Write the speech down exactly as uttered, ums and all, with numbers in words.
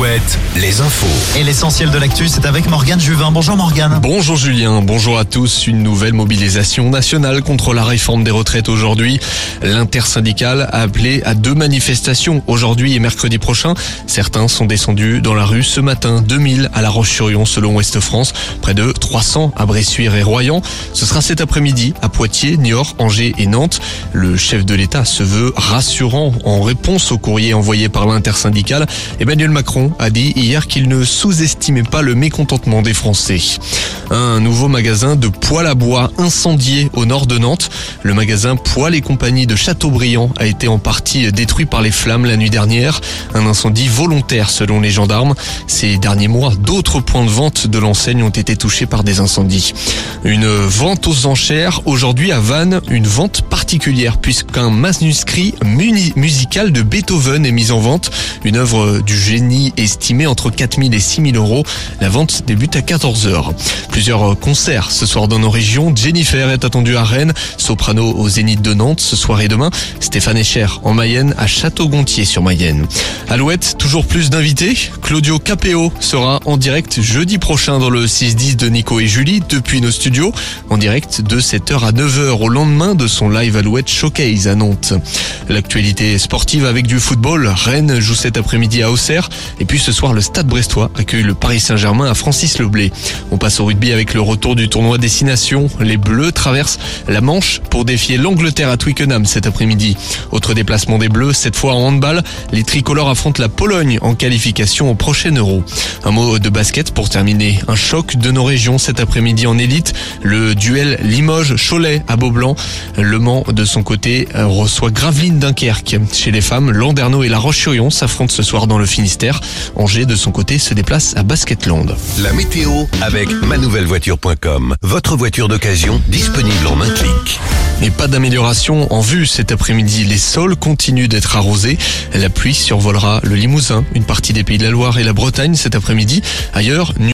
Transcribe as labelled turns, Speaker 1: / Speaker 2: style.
Speaker 1: Alouette, les infos.
Speaker 2: Et l'essentiel de l'actu, c'est avec Morgane Juvin. Bonjour Morgane.
Speaker 3: Bonjour Julien, bonjour à tous. Une nouvelle mobilisation nationale contre la réforme des retraites aujourd'hui. L'intersyndicale a appelé à deux manifestations aujourd'hui et mercredi prochain. Certains sont descendus dans la rue ce matin, deux mille à La Roche-sur-Yon selon Ouest France, près de trois cents à Bressuire et Royan. Ce sera cet après-midi à Poitiers, Niort, Angers et Nantes. Le chef de l'État se veut rassurant en réponse au courrier envoyé par l'intersyndicale. Emmanuel Macron a dit hier qu'il ne sous-estimait pas le mécontentement des Français. Un nouveau magasin de poêles à bois incendié au nord de Nantes. Le magasin Poêles et compagnie de Châteaubriand a été en partie détruit par les flammes la nuit dernière. Un incendie volontaire selon les gendarmes. Ces derniers mois, d'autres points de vente de l'enseigne ont été touchés par des incendies. Une vente aux enchères aujourd'hui à Vannes, une vente particulière puisqu'un manuscrit muni- musical de Beethoven est mis en vente. Une œuvre du génie estimée entre quatre mille et six mille euros. La vente débute à quatorze heures. Plusieurs concerts ce soir dans nos régions. Jennifer est attendue à Rennes, soprano au Zénith de Nantes ce soir et demain. Stéphane Echer en Mayenne à Château-Gontier sur Mayenne. Alouette, toujours plus d'invités. Claudio Capéo sera en direct jeudi prochain dans le six dix de Nico et Julie depuis nos studios. En direct de sept heures à neuf heures au lendemain de son live Alouette Showcase à Nantes. L'actualité sportive avec du football. Rennes joue cet après-midi à Auxerre. Et puis ce soir, le Stade Brestois accueille le Paris Saint-Germain à Francis-le-Blé. On passe au rugby avec le retour du tournoi Destination. Les Bleus traversent la Manche pour défier l'Angleterre à Twickenham cet après-midi. Autre déplacement des Bleus, cette fois en handball. Les tricolores affrontent la Pologne en qualification au prochain Euro. Un mot de basket pour terminer. Un choc de nos régions cet après-midi en élite. Le duel Limoges-Cholet à Beaublanc. Le Mans, de son côté, reçoit Gravelines-Dunkerque. Chez les femmes, Landerneau et La Roche-sur-Yon s'affrontent ce soir dans le Finistère. Angers, de son côté, se déplace à Basketland.
Speaker 1: La météo avec manouvel voiture point com. Votre voiture d'occasion disponible en un clic.
Speaker 3: Et pas d'amélioration en vue cet après-midi. Les sols continuent d'être arrosés. La pluie survolera le Limousin, une partie des Pays de la Loire et la Bretagne cet après-midi. Ailleurs,